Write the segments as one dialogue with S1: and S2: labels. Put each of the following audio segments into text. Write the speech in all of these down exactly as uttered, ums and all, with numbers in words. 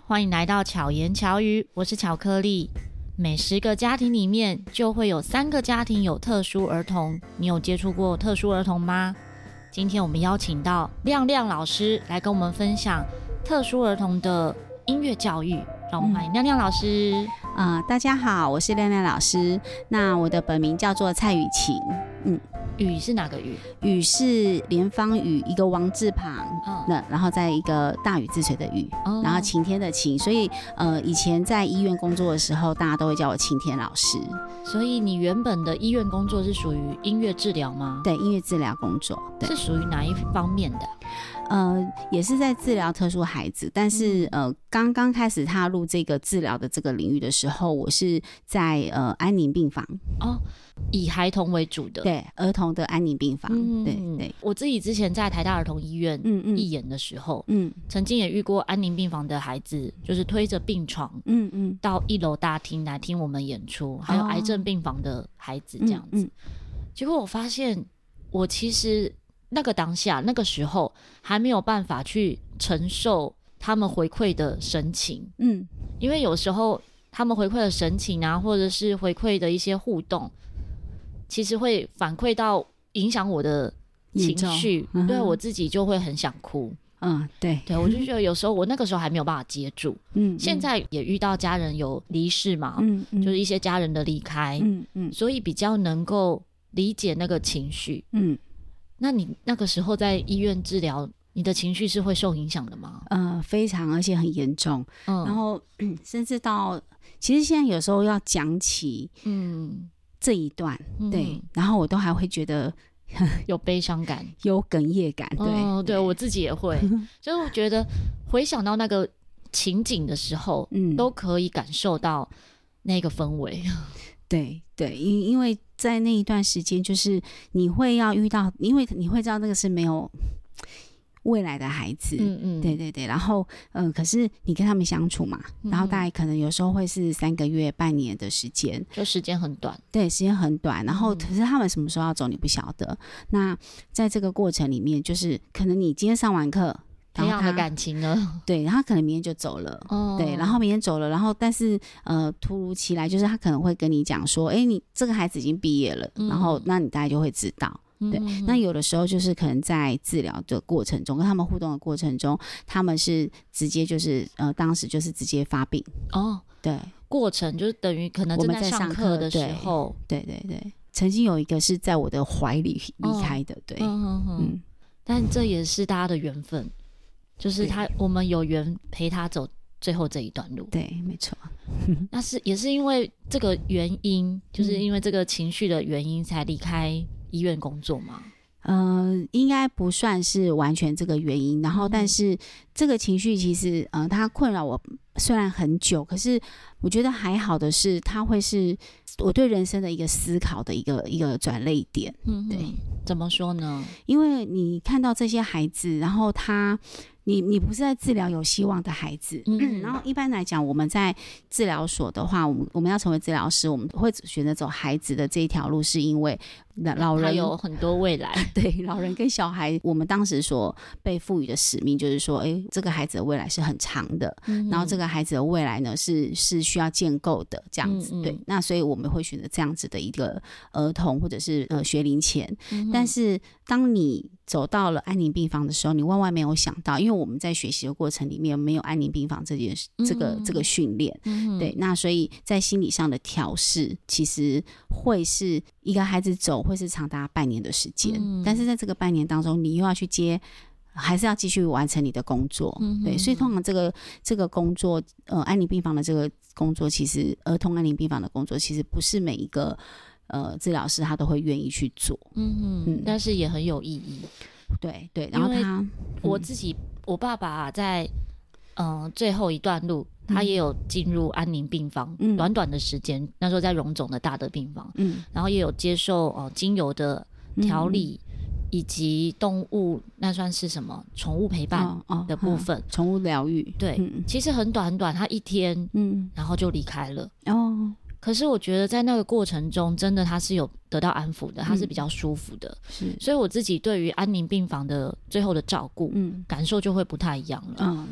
S1: 欢迎来到巧言巧语，我是巧克力。每十个家庭里面就会有三个家庭有特殊儿童，你有接触过特殊儿童吗？今天我们邀请到亮亮老师来跟我们分享特殊儿童的音乐教育，让我们欢迎亮亮老师。
S2: 呃、大家好，我是亮亮老师。那我的本名叫做蔡雨晴。嗯，
S1: 雨是哪个雨？
S2: 雨是连方雨，一个王字旁，
S1: 嗯，
S2: 那然后再一个大禹治水的禹，
S1: 哦，
S2: 然后晴天的晴。所以呃，以前在医院工作的时候，大家都会叫我晴天老师。
S1: 所以你原本的医院工作是属于音乐治疗吗？
S2: 对，音乐治疗工作。对，
S1: 是属于哪一方面的？
S2: 呃，也是在治疗特殊孩子，但是、嗯、呃，刚刚开始踏入这个治疗的这个领域的时候，我是在呃安宁病房
S1: 哦，以孩童为主的，
S2: 对，儿童的安宁病房，嗯、对对。
S1: 我自己之前在台大儿童医院义演的时候，嗯，曾经也遇过安宁病房的孩子，就是推着病床，嗯嗯，到一楼大厅来听我们演出，哦、还有癌症病房的孩子这样子。嗯嗯、结果我发现，我其实。那个当下那个时候还没有办法去承受他们回馈的神情，嗯，因为有时候他们回馈的神情啊，或者是回馈的一些互动，其实会反馈到影响我的情绪，嗯、对我自己就会很想哭。
S2: 嗯，对
S1: 对，我就觉得有时候我那个时候还没有办法接住，嗯，现在也遇到家人有离世嘛，嗯嗯，就是一些家人的离开，嗯嗯，所以比较能够理解那个情绪，嗯。那你那个时候在医院治疗，你的情绪是会受影响的吗？
S2: 呃，非常，而且很严重。嗯，然后、嗯、甚至到，其实现在有时候要讲起，嗯，这一段，嗯、对，然后我都还会觉得
S1: 有悲伤感，
S2: 有哽咽感。对，
S1: 哦、对, 对我自己也会，就是我觉得回想到那个情景的时候，嗯，都可以感受到那个氛围。
S2: 对对，因因为在那一段时间，就是你会要遇到，因为你会知道那个是没有未来的孩子，嗯嗯，对对对，然后呃，可是你跟他们相处嘛，嗯、然后大概可能有时候会是三个月、半年的时间，
S1: 就时间很短，
S2: 对，时间很短，然后可是他们什么时候要走你不晓得，嗯、那在这个过程里面，就是可能你今天上完课。
S1: 培养的感情呢？
S2: 对，然后他可能明天就走了，哦、对，然后明天走了，然后但是呃，突如其来，就是他可能会跟你讲说，哎，你这个孩子已经毕业了，嗯、然后那你大概就会知道，嗯、对，那有的时候就是可能在治疗的过程中，跟他们互动的过程中，他们是直接就是呃，当时就是直接发病哦，对，
S1: 过程就是等于可能正在上课的时候，
S2: 对对 对, 对，曾经有一个是在我的怀里离开的，哦、对，嗯嗯
S1: 嗯，但这也是大家的缘分。就是他，我们有缘陪他走最后这一段路。
S2: 对，没错。
S1: 那是也是因为这个原因，就是因为这个情绪的原因，才离开医院工作吗？
S2: 呃，应该不算是完全这个原因。然后，但是这个情绪其实，呃，它困扰我虽然很久，可是我觉得还好的是，它会是我对人生的一个思考的一个一个转捩点。嗯，对，
S1: 怎么说呢？
S2: 因为你看到这些孩子，然后他。你你不是在治疗有希望的孩子，嗯，然后一般来讲，我们在治疗所的话，我们我们要成为治疗师，我们会选择走孩子的这一条路，是因为老人
S1: 他有很多未来，
S2: 对，老人跟小孩，我们当时所被赋予的使命就是说，哎，这个孩子的未来是很长的，嗯、然后这个孩子的未来呢是是需要建构的，这样子，嗯嗯对，那所以我们会选择这样子的一个儿童或者是呃学龄前，嗯、但是当你走到了安宁病房的时候，你万万没有想到，因为我们在学习的过程里面没有安宁病房这件事，这个、嗯、这个训练，嗯、对，那所以在心理上的调试，其实会是一个孩子走会是长达半年的时间，嗯、但是在这个半年当中，你又要去接。还是要继续完成你的工作，嗯、对，所以通常这个这个工作，呃，安宁病房的这个工作，其实儿童安宁病房的工作，其实不是每一个呃治疗师他都会愿意去做，嗯
S1: 嗯，但是也很有意义，
S2: 对对，然后他
S1: 我自己，嗯、我爸爸在嗯、呃、最后一段路，他也有进入安宁病房，嗯、短短的时间，那时候在荣总的大的病房，嗯，然后也有接受呃精油的调理。嗯以及动物那算是什么宠物陪伴的部分，
S2: 宠、哦哦、物疗愈，
S1: 对、嗯，其实很短很短，他一天，嗯，然后就离开了。哦，可是我觉得在那个过程中，真的他是有得到安抚的，他是比较舒服的。嗯、所以我自己对于安宁病房的最后的照顾，嗯，感受就会不太一样了。嗯，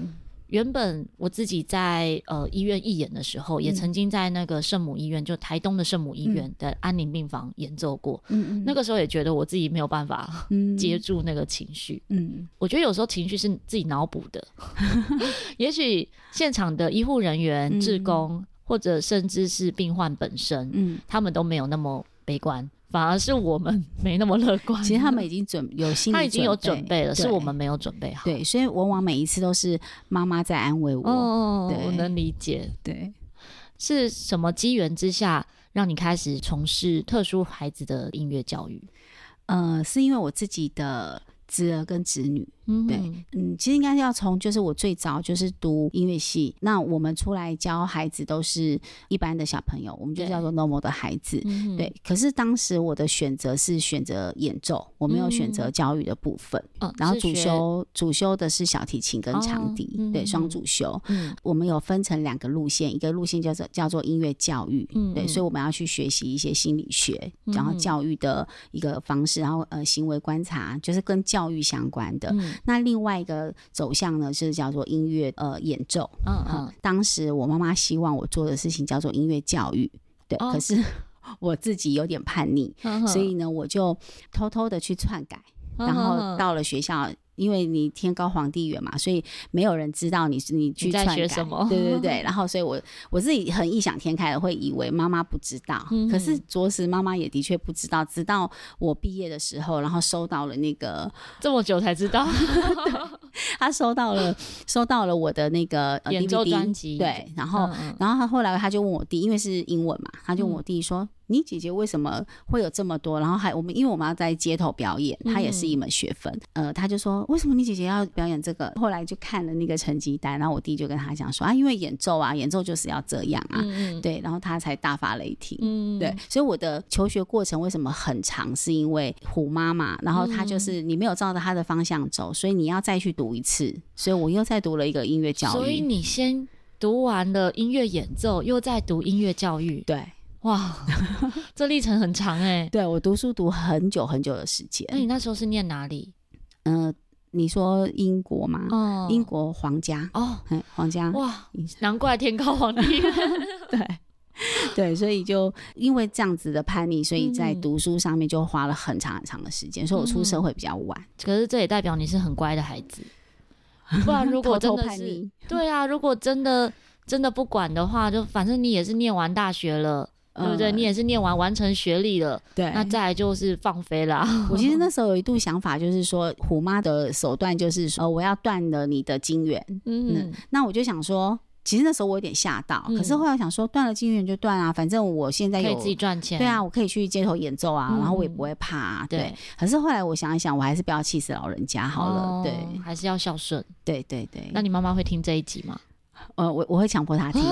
S1: 原本我自己在呃医院义演的时候，也曾经在那个圣母医院，就台东的圣母医院的安宁病房演奏过。嗯，那个时候也觉得我自己没有办法接住那个情绪。嗯，我觉得有时候情绪是自己脑补的，也许现场的医护人员、志工，或者甚至是病患本身，嗯，他们都没有那么悲观。反而是我们没那么乐观，
S2: 其实他们已经准有心理准备，
S1: 他已经有准备了，是我们没有准备好。
S2: 对，所以往往每一次都是妈妈在安慰我。
S1: 哦，我能理解。
S2: 对，
S1: 是什么机缘之下让你开始从事特殊孩子的音乐教育？
S2: 呃，是因为我自己的侄儿跟侄女。嗯，对，嗯，其实应该要从就是我最早就是读音乐系，那我们出来教孩子都是一般的小朋友，我们就叫做 normal 的孩子。对，对，可是当时我的选择是选择演奏，我没有选择教育的部分。嗯，然后主修主修的是小提琴跟长笛。哦，对，双主修。嗯，我们有分成两个路线，一个路线叫做叫做音乐教育。嗯，对，所以我们要去学习一些心理学，然后教育的一个方式，然后呃行为观察，就是跟教育相关的。嗯，那另外一个走向呢是叫做音乐呃演奏。嗯嗯，当时我妈妈希望我做的事情叫做音乐教育。对，哦，可是我自己有点叛逆。嗯，所以呢我就偷偷的去篡改。嗯，然后到了学校，因为你天高皇帝远嘛，所以没有人知道你你去篡改，
S1: 你在学什么。
S2: 对对对，然后所以我我自己很异想天开的会以为妈妈不知道。嗯，可是着实妈妈也的确不知道，直到我毕业的时候，然后收到了那个
S1: 这么久才知道
S2: 他收到了收到了我的那个、呃、
S1: 演奏专辑。
S2: 对，然后、嗯、然后他后来他就问我弟，因为是英文嘛，他就问我弟说、嗯、你姐姐为什么会有这么多，然后还我们因为我们要在街头表演，它也是一门学分。嗯、呃，他就说为什么你姐姐要表演这个，后来就看了那个成绩单，然后我弟就跟他讲说啊，因为演奏啊演奏就是要这样啊。嗯，对，然后他才大发雷霆。嗯，对，所以我的求学过程为什么很长，是因为虎妈妈，然后他就是你没有照着他的方向走，所以你要再去读一次，所以我又再读了一个音乐教育。
S1: 所以你先读完了音乐演奏，又再读音乐教育。
S2: 对，
S1: 哇，这历程很长哎、欸。
S2: 对，我读书读很久很久的时间。
S1: 那你那时候是念哪里？
S2: 嗯、呃，你说英国吗？哦，英国皇家。哦，皇家。
S1: 哇，难怪天高皇帝远。
S2: 对。对，所以就因为这样子的叛逆，所以在读书上面就花了很长很长的时间、嗯、所以我出社会比较晚。
S1: 可是这也代表你是很乖的孩子，不然如果真的是偷偷叛逆，对啊，如果真的真的不管的话，就反正你也是念完大学了、嗯、对不对？你也是念完完成学历了，对，那再来就是放飞啦。
S2: 我其实那时候有一度想法，就是说虎妈的手段就是说、呃、我要断了你的金源。 嗯, 嗯，那我就想说其实那时候我有点吓到、嗯、可是后来想说断了金源就断啊，反正我现在有
S1: 可以自己赚钱。
S2: 对啊，我可以去街头演奏啊、嗯、然后我也不会怕啊。 对, 对，可是后来我想一想，我还是不要气死老人家好了、哦、对，
S1: 还是要孝顺。
S2: 对对对。
S1: 那你妈妈会听这一集吗？
S2: 呃，我我会强迫她听。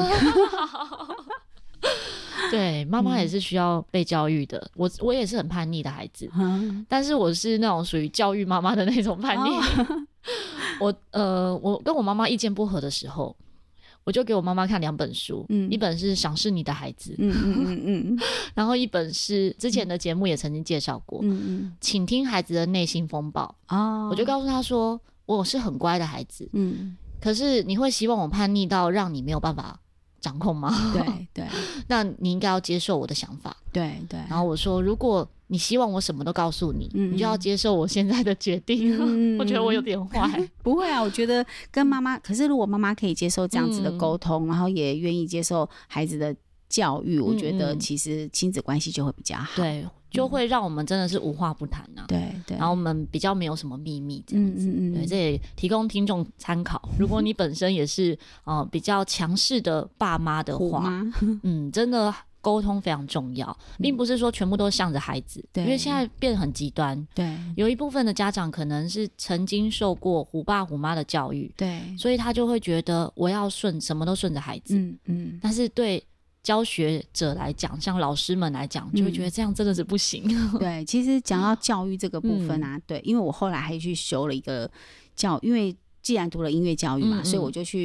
S1: 对，妈妈也是需要被教育的。我我也是很叛逆的孩子、嗯、但是我是那种属于教育妈妈的那种叛逆、哦、我呃，我跟我妈妈意见不合的时候，我就给我妈妈看两本书、嗯、一本是赏识你的孩子，嗯嗯嗯嗯，然后一本是之前的节目也曾经介绍过，嗯嗯，请听孩子的内心风暴。哦，我就告诉他说我是很乖的孩子，嗯，可是你会希望我叛逆到让你没有办法掌控吗？
S2: 对对，
S1: 那你应该要接受我的想法。对对，然后我说如果你希望我什么都告诉你、嗯、你就要接受我现在的决定、嗯、我觉得我有点坏。
S2: 不会啊，我觉得跟妈妈，可是如果妈妈可以接受这样子的沟通、嗯、然后也愿意接受孩子的教育、嗯、我觉得其实亲子关系就会比较好。对，
S1: 就会让我们真的是无话不谈啊。对对，然后我们比较没有什么秘密这样子。嗯嗯嗯，对，这也提供听众参考。如果你本身也是呃比较强势的爸妈的话，嗯，真的沟通非常重要，并不是说全部都向着孩子、嗯、因为现在变得很极端。对，有一部分的家长可能是曾经受过虎爸虎妈的教育，对，所以他就会觉得我要顺什么都顺着孩子。嗯嗯，但是对教学者来讲，像老师们来讲，就会觉得这样真的是不行。
S2: 嗯、对，其实讲到教育这个部分啊、嗯、对，因为我后来还去修了一个教，因为既然读了音乐教育嘛、嗯嗯，所以我就去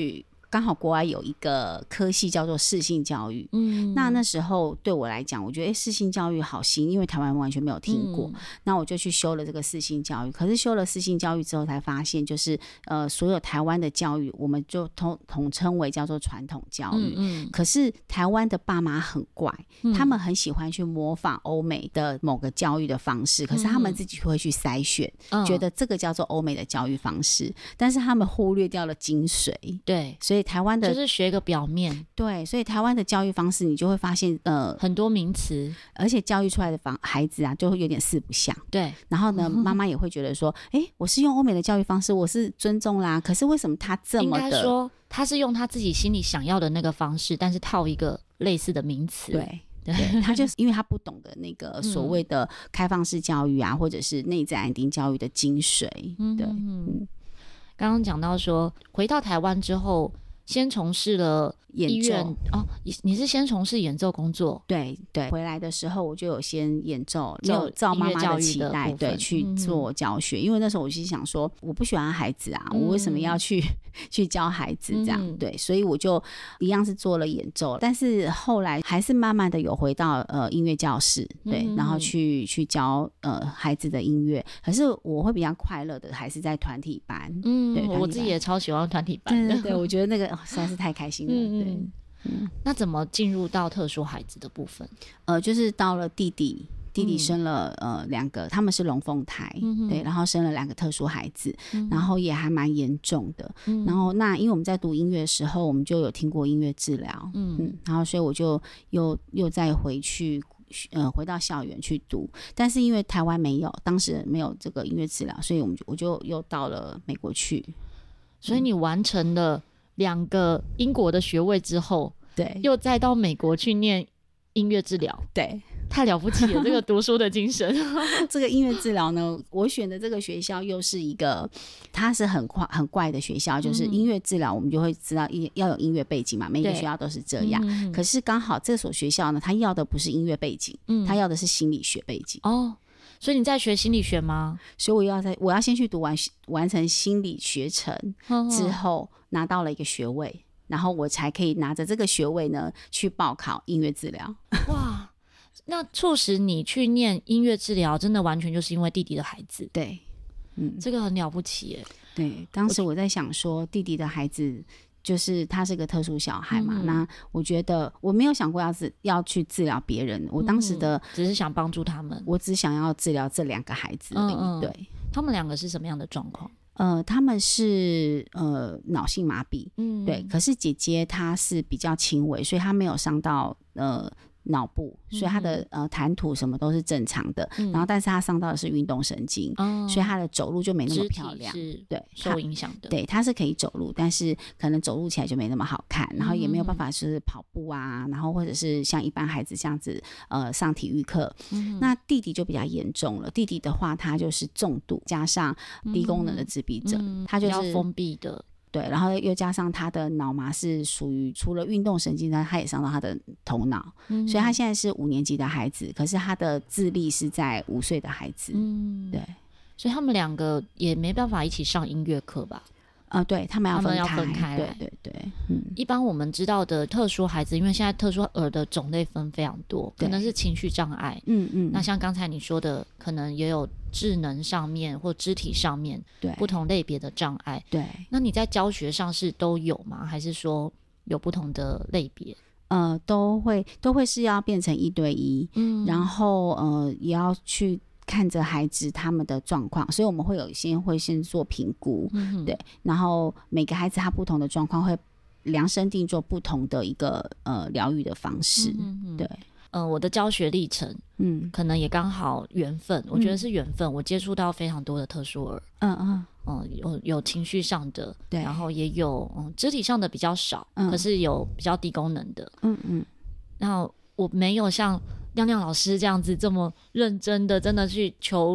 S2: 刚好国外有一个科系叫做适性教育，嗯，那那时候对我来讲，我觉得哎，适性教育好新，因为台湾完全没有听过，嗯，那我就去修了这个适性教育。可是修了适性教育之后，才发现就是呃，所有台湾的教育，我们就统统称为叫做传统教育。嗯嗯，可是台湾的爸妈很怪，嗯，他们很喜欢去模仿欧美的某个教育的方式，可是他们自己会去筛选，嗯，觉得这个叫做欧美的教育方式，但是他们忽略掉了精髓。
S1: 对，
S2: 所以台湾的
S1: 就是学个表面。
S2: 对，所以台湾的教育方式你就会发现呃
S1: 很多名词，
S2: 而且教育出来的房孩子啊就会有点四不像。
S1: 对，
S2: 然后呢妈妈也会觉得说哎，我是用欧美的教育方式，我是尊重啦，可是为什么他这么的，
S1: 应该说他是用他自己心里想要的那个方式，但是套一个类似的名词。
S2: 对对，他就是因为他不懂得那个所谓的开放式教育啊，嗯，或者是内在安定教育的精髓。嗯，对，嗯，
S1: 刚刚讲到说回到台湾之后先从事了医院哦，你是先从事演奏工作？
S2: 对对，回来的时候我就有先演奏，没有照妈妈的期待，对，去做教学，嗯，因为那时候我就想说，我不喜欢孩子啊，嗯，我为什么要去去教孩子这样，嗯？对，所以我就一样是做了演奏，但是后来还是慢慢的有回到呃音乐教室，对，嗯，然后去去教呃孩子的音乐，可是我会比较快乐的还是在团体班，
S1: 嗯，
S2: 对，
S1: 我自己也超喜欢团体班的，
S2: 对对对，我觉得那个实在是太开心了，嗯，对。
S1: 嗯，那怎么进入到特殊孩子的部分？
S2: 呃，就是到了弟弟，弟弟生了，嗯，呃两个，他们是龙凤胎，嗯，对，然后生了两个特殊孩子，嗯，然后也还蛮严重的，嗯，然后那因为我们在读音乐的时候，我们就有听过音乐治疗，嗯嗯，然后所以我就又又再回去。呃，回到校园去读，但是因为台湾没有，当时没有这个音乐治疗，所以我们就我就又到了美国去。
S1: 所以你完成了两个英国的学位之后，
S2: 对，
S1: 又再到美国去念音乐治疗，
S2: 对，
S1: 太了不起了，这个读书的精神。
S2: 这个音乐治疗呢，我选的这个学校又是一个，它是很怪很怪的学校，就是音乐治疗，我们就会知道要有音乐背景嘛，每个学校都是这样。嗯，可是刚好这所学校呢，它要的不是音乐背景，嗯，它要的是心理学背景。
S1: 哦，所以你在学心理学吗？
S2: 所以我要在我要先去读完完成心理学程之后，拿到了一个学位，然后我才可以拿着这个学位呢去报考音乐治疗。
S1: 哇！那促使你去念音乐治疗，真的完全就是因为弟弟的孩子。
S2: 对，嗯，
S1: 这个很了不起耶。
S2: 对，当时我在想说，弟弟的孩子就是他是个特殊小孩嘛，嗯，那我觉得我没有想过要治要去治疗别人，我当时的，嗯，
S1: 只是想帮助他们，
S2: 我只想要治疗这两个孩子而已。嗯嗯，对，
S1: 他们两个是什么样的状况？
S2: 呃，他们是呃脑性麻痹，嗯，对，可是姐姐她是比较轻微，所以她没有伤到呃。脑部，所以他的、嗯、呃谈吐什么都是正常的，嗯、然后但是他伤到的是运动神经，哦、所以他的走路就没那么漂亮，
S1: 是
S2: 对，
S1: 受影响的。
S2: 对，他是可以走路，但是可能走路起来就没那么好看，然后也没有办法是跑步啊，然后或者是像一般孩子这样子呃上体育课。嗯、那弟弟就比较严重了，弟弟的话他就是重度加上低功能的自闭症，嗯、他就是
S1: 比较封闭的。
S2: 对，然后又加上他的脑麻是属于除了运动神经呢，他也伤到他的头脑，嗯、所以他现在是五年级的孩子，可是他的智力是在五岁的孩子。嗯，对，
S1: 所以他们两个也没办法一起上音乐课吧？
S2: 呃，对，他们要分开，
S1: 他们要分开来，
S2: 对对对，嗯。
S1: 一般我们知道的特殊孩子，因为现在特殊儿的种类分非常多，可能是情绪障碍，嗯嗯。那像刚才你说的，可能也有智能上面或肢体上面对不同类别的障碍。
S2: 对，
S1: 那你在教学上是都有吗？还是说有不同的类别？
S2: 呃，都会都会是要变成一对一，嗯，然后呃也要去看着孩子他们的状况，所以我们会有先会先做评估，嗯、对，然后每个孩子他不同的状况会量身定做不同的一个呃疗愈的方式，嗯、对。
S1: 呃，我的教学历程，嗯，可能也刚好缘分，我觉得是缘分。嗯、我接触到非常多的特殊儿，嗯嗯，嗯、呃，有有情绪上的，对，然后也有嗯肢体上的比较少，嗯、可是有比较低功能的，嗯嗯。然后我没有像亮亮老师这样子这么认真的，真的去求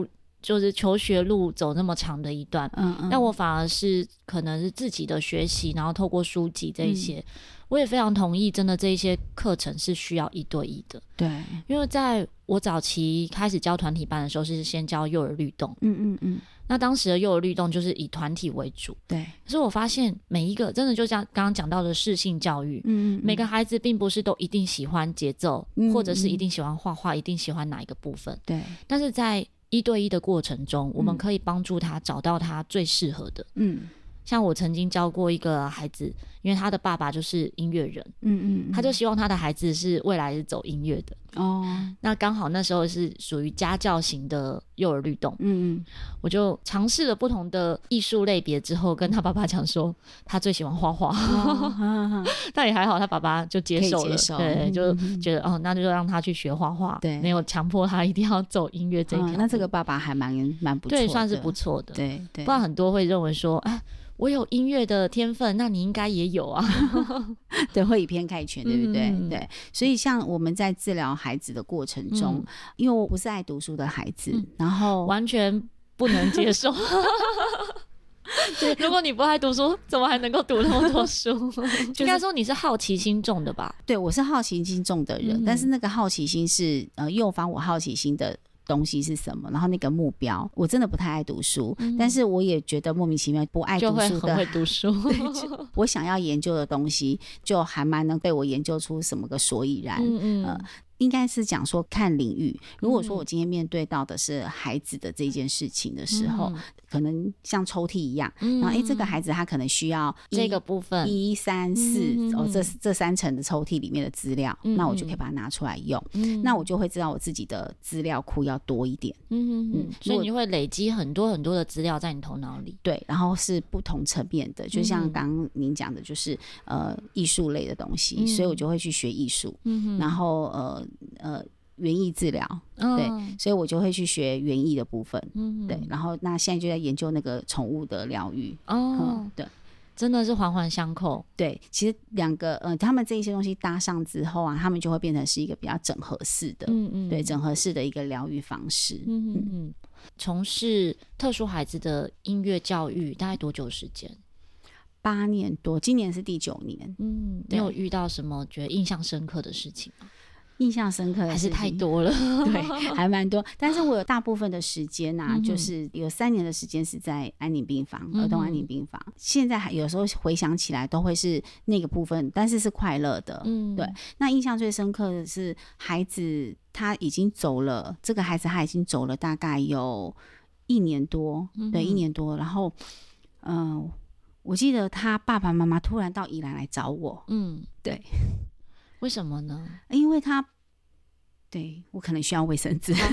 S1: 就是求学路走那么长的一段，嗯嗯，但我反而是可能是自己的学习，然后透过书籍这一些、嗯、我也非常同意，真的这一些课程是需要一对一的。
S2: 对，
S1: 因为在我早期开始教团体班的时候是先教幼儿律动，嗯嗯嗯，那当时的幼儿律动就是以团体为主，
S2: 对，
S1: 可是我发现每一个真的就像刚刚讲到的适性教育，嗯嗯，每个孩子并不是都一定喜欢节奏、嗯嗯，或者是一定喜欢画画，一定喜欢哪一个部分，
S2: 对，
S1: 但是在一对一的过程中，我们可以帮助他找到他最适合的，嗯，像我曾经教过一个孩子，因为他的爸爸就是音乐人，嗯嗯，他就希望他的孩子是未来是走音乐的哦。那刚好那时候是属于家教型的幼儿律动，嗯嗯，我就尝试了不同的艺术类别之后，跟他爸爸讲说，他最喜欢画画，哦、但也还好，他爸爸就接受了，
S2: 接受
S1: 对，就觉得、嗯、哦，那就让他去学画画，对，没有强迫他一定要走音乐这一条、嗯。
S2: 那这个爸爸还蛮蛮不错的，
S1: 对，算是不错的，
S2: 对对，
S1: 不然很多会认为说，哎。我有音乐的天分，那你应该也有啊。
S2: 对，会以偏概全，对不对？嗯、对，所以像我们在治疗孩子的过程中，嗯、因为我不是爱读书的孩子，嗯、然后
S1: 完全不能接受。对，如果你不爱读书，怎么还能够读那么多书？应该说你是好奇心重的吧？
S2: 对，我是好奇心重的人，嗯、但是那个好奇心是呃诱发我好奇心的东西是什么，然后那个目标，我真的不太爱读书，嗯、但是我也觉得莫名其妙不爱读书的，
S1: 就会很会读书。
S2: 我想要研究的东西，就还蛮能被我研究出什么个所以然。嗯嗯呃应该是讲说看领域，如果说我今天面对到的是孩子的这件事情的时候，嗯、可能像抽屉一样，嗯、然后哎，这个孩子他可能需要
S1: 这个部分
S2: 一三四哦，这这三层的抽屉里面的资料，嗯、那我就可以把它拿出来用，嗯、那我就会知道我自己的资料库要多一点，嗯
S1: 嗯，所以你会累积很多很多的资料在你头脑里，
S2: 对，然后是不同层面的，就像刚刚您讲的，就是呃艺术类的东西，嗯、所以我就会去学艺术，嗯、然后呃。呃，园艺治疗，哦、对，所以我就会去学园艺的部分，嗯，对，然后那现在就在研究那个宠物的疗愈，哦、嗯，对，
S1: 真的是环环相扣，
S2: 对，其实两个呃，他们这一些东西搭上之后啊，他们就会变成是一个比较整合式的，嗯嗯，对，整合式的一个疗愈方式，嗯嗯
S1: 嗯，从事特殊孩子的音乐教育大概多久时间？
S2: 八年多，今年是第九年，
S1: 嗯，你有遇到什么觉得印象深刻的事情吗？
S2: 印象深刻的
S1: 还是太多了，
S2: 对，还蛮多。但是我有大部分的时间啊，嗯、就是有三年的时间是在安宁病房，嗯、儿童安宁病房。现在还有时候回想起来都会是那个部分，但是是快乐的。嗯，对。那印象最深刻的是孩子他已经走了，这个孩子他已经走了大概有一年多，嗯、对，一年多。然后，嗯、呃，我记得他爸爸妈妈突然到宜兰来找我，嗯，对。
S1: 为什么呢？
S2: 因为他对我可能需要卫生纸，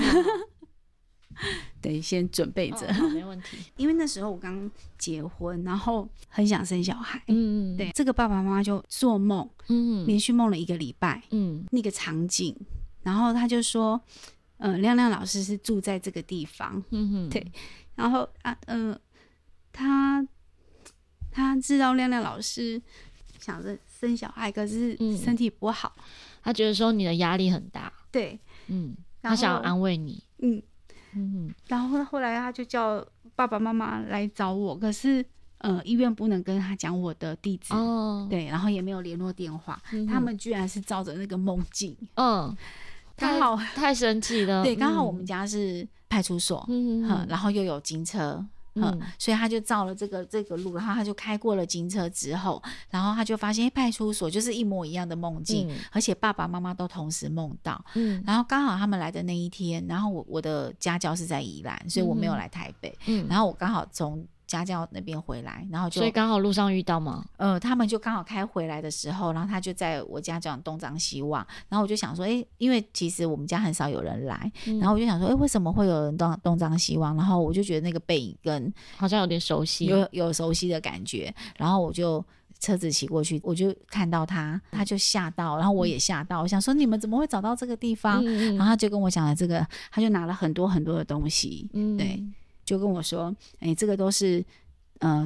S2: 对，先准备着、
S1: 哦，没问题。
S2: 因为那时候我刚结婚，然后很想生小孩，嗯，对，这个爸爸妈妈就做梦，嗯，连续梦了一个礼拜，嗯，那个场景，然后他就说，呃，亮亮老师是住在这个地方，嗯哼，对，然后啊，呃，他他知道亮亮老师想着生小孩，可是身体不好，嗯、
S1: 他觉得说你的压力很大，
S2: 对，
S1: 嗯，他想要安慰你，
S2: 嗯嗯，然后后来他就叫爸爸妈妈来找我，可是呃医院不能跟他讲我的地址，哦，对，然后也没有联络电话，嗯、他们居然是照着那个梦境，嗯，刚好
S1: 太神奇了，
S2: 对，刚好我们家是派出所，嗯嗯，然后又有警车。嗯，所以他就照了这个这个路，然后他就开过了警车之后，然后他就发现派出所就是一模一样的梦境，嗯、而且爸爸妈妈都同时梦到。嗯，然后刚好他们来的那一天，然后我我的家教是在宜兰，所以我没有来台北。嗯，然后我刚好从家教那边回来，然后就
S1: 所以刚好路上遇到吗？
S2: 呃，他们就刚好开回来的时候，然后他就在我家讲东张西望，然后我就想说，哎，因为其实我们家很少有人来，嗯、然后我就想说，哎，为什么会有人东东张西望？然后我就觉得那个背影跟
S1: 好像有点熟悉，
S2: 有有熟悉的感觉，然后我就车子骑过去，我就看到他，他就吓到，然后我也吓到，我想说你们怎么会找到这个地方？嗯、然后他就跟我讲了这个，他就拿了很多很多的东西，嗯、对。就跟我说，哎、欸，这个都是，呃，他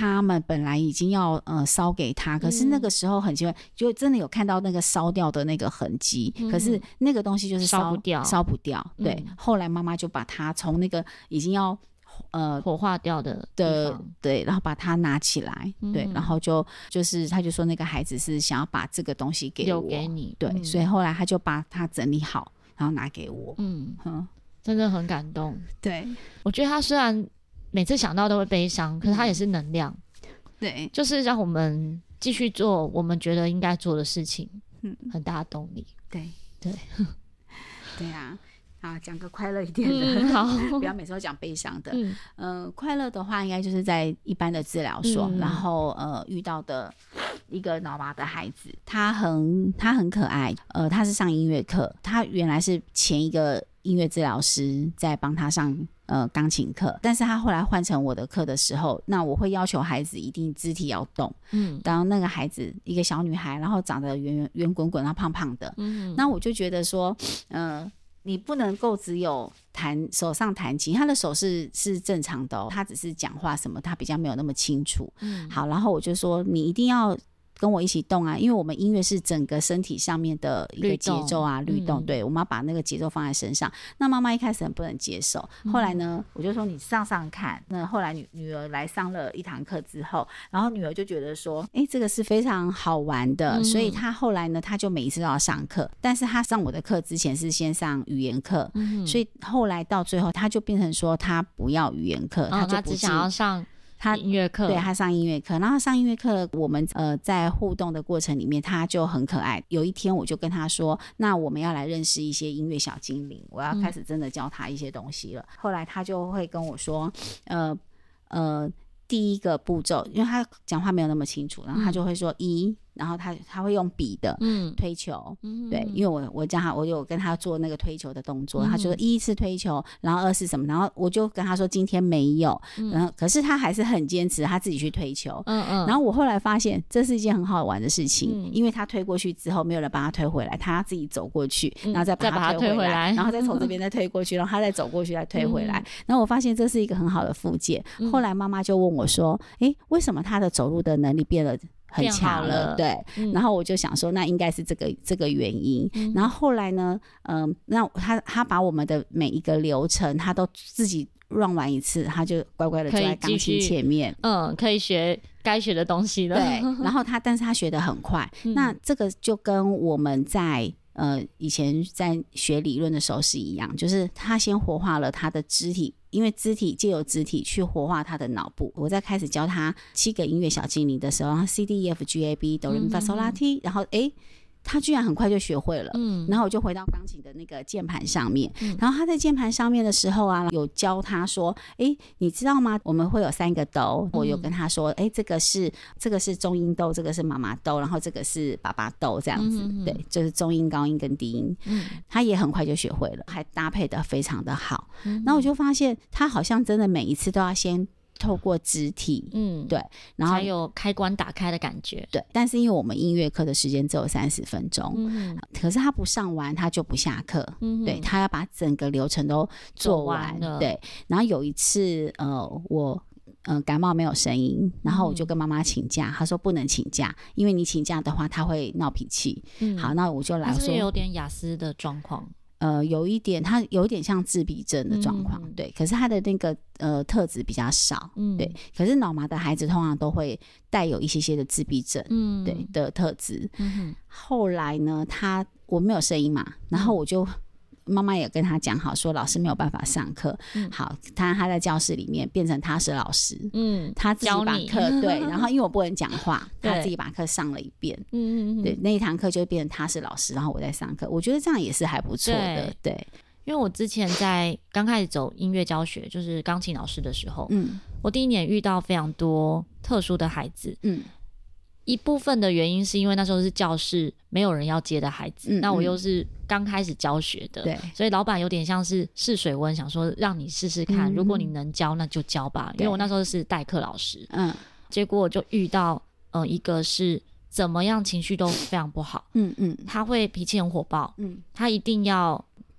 S2: 他们本来已经要呃烧给他，可是那个时候很奇怪，就真的有看到那个烧掉的那个痕迹、嗯、可是那个东西就是烧
S1: 不掉
S2: 烧不掉，对、嗯、后来妈妈就把它从那个已经要
S1: 呃火化掉的
S2: 的对，然后把它拿起来、嗯、对，然后就就是他就说那个孩子是想要把这个东西给我
S1: 留给你，
S2: 对、
S1: 嗯、
S2: 所以后来他就把它整理好然后拿给我，
S1: 嗯嗯，真的很感动。
S2: 对，
S1: 我觉得他虽然每次想到都会悲伤，可是他也是能量，
S2: 对，
S1: 就是让我们继续做我们觉得应该做的事情，嗯，很大的动力。
S2: 对
S1: 对
S2: 对啊，好，讲个快乐一点的、
S1: 嗯、好
S2: 不要每次都讲悲伤的。
S1: 嗯、
S2: 呃、快乐的话应该就是在一般的治疗所、嗯、然后呃遇到的一个脑麻的孩子，他很他很可爱，呃他是上音乐课，他原来是前一个音乐治疗师在帮他上呃钢琴课，但是他后来换成我的课的时候，那我会要求孩子一定肢体要动，嗯，然后那个孩子一个小女孩，然后长得圆圆圆滚滚，然后胖胖的，嗯，那我就觉得说呃你不能够只有弹手上弹琴，他的手是是正常的哦，他只是讲话什么他比较没有那么清楚，嗯，好，然后我就说你一定要跟我一起动啊，因为我们音乐是整个身体上面的一个节奏啊，律动，律动、嗯、对，我们要把那个节奏放在身上。那妈妈一开始很不能接受，后来呢、嗯、我就说你上上看，那后来 女, 女儿来上了一堂课之后，然后女儿就觉得说哎，这个是非常好玩的、嗯、所以她后来呢她就每一次都要上课，但是她上我的课之前是先上语言课、嗯、所以后来到最后她就变成说她不要语言课，她、哦、就不
S1: 只想要上
S2: 他
S1: 音乐课，
S2: 对，他上音乐课，然后上音乐课我们呃在互动的过程里面他就很可爱。有一天我就跟他说那我们要来认识一些音乐小精灵，我要开始真的教他一些东西了、嗯、后来他就会跟我说呃呃第一个步骤，因为他讲话没有那么清楚，然后他就会说一、嗯，然后他他会用笔的推球、嗯、对，因为我我叫他，我有跟他做那个推球的动作、嗯、他就说一是推球，然后二是什么，然后我就跟他说今天没有、嗯、然后可是他还是很坚持他自己去推球，嗯嗯，然后我后来发现这是一件很好玩的事情、嗯、因为他推过去之后没有人帮他推回来，他要自己走过去、嗯、然后再把他推回 来, 回来然后再从这边再推过去然后他再走过去再推回来、嗯、然后我发现这是一个很好的附件、嗯、后来妈妈就问我说诶，为什么他的走路的能力变了很强了，对、嗯，然后我就想说那应该是这个这个原因、嗯、然后后来呢嗯、呃，那他他把我们的每一个流程他都自己 run 完一次，他就乖乖的坐在钢琴前面，
S1: 嗯，可以学该学的东西了，
S2: 对，然后他但是他学得很快、嗯、那这个就跟我们在呃，以前在学理论的时候是一样，就是他先活化了他的肢体，因为肢体借由肢体去活化他的脑部。我在开始教他七个音乐小精灵的时候，然后 C D E F G A B 哆来咪发嗦拉提，然后诶他居然很快就学会了、嗯、然后我就回到钢琴的那个键盘上面、嗯、然后他在键盘上面的时候啊，有教他说诶你知道吗我们会有三个哆、嗯、我有跟他说诶这个是这个是中音哆，这个是妈妈哆，然后这个是爸爸哆，这样子、嗯、对，就是中音高音跟低音、嗯、他也很快就学会了，还搭配的非常的好、嗯、然后我就发现他好像真的每一次都要先透过肢体，嗯，对，然后
S1: 才有开关打开的感觉，
S2: 对。但是因为我们音乐课的时间只有三十分钟，嗯，可是他不上完他就不下课，嗯，对，他要把整个流程都做完，做完了，对。然后有一次，呃，我。呃，感冒没有声音，然后我就跟妈妈请假，她、嗯、说不能请假，因为你请假的话他会闹脾气、嗯、好，那我就来说
S1: 他是有点雅思的状况，
S2: 呃，有一点，他有一点像自闭症的状况、嗯，对。可是他的那个呃特质比较少、嗯，对。可是脑麻的孩子通常都会带有一些些的自闭症，嗯，对的特质、嗯。后来呢，他我没有声音嘛，然后我就。妈妈也跟他讲好说老师没有办法上课、嗯、好，他他在教室里面变成他是老师，嗯，他自己把课对，然后因为我不能讲话他自己把课上了一遍，嗯嗯嗯，对，那一堂课就变成他是老师，然后我在上课，我觉得这样也是还不错的， 对, 对，
S1: 因为我之前在刚开始走音乐教学就是钢琴老师的时候，嗯，我第一年遇到非常多特殊的孩子，嗯，一部分的原因是因为那时候是教室没有人要接的孩子、嗯、那我又是刚开始教学的，对，所以老板有点像是试水温，想说让你试试看、嗯、如果你能教那就教吧，因为我那时候是代课老师，嗯，结果我就遇到呃一个是怎么样情绪都非常不好，嗯嗯，他会脾气很火爆，嗯，他一定要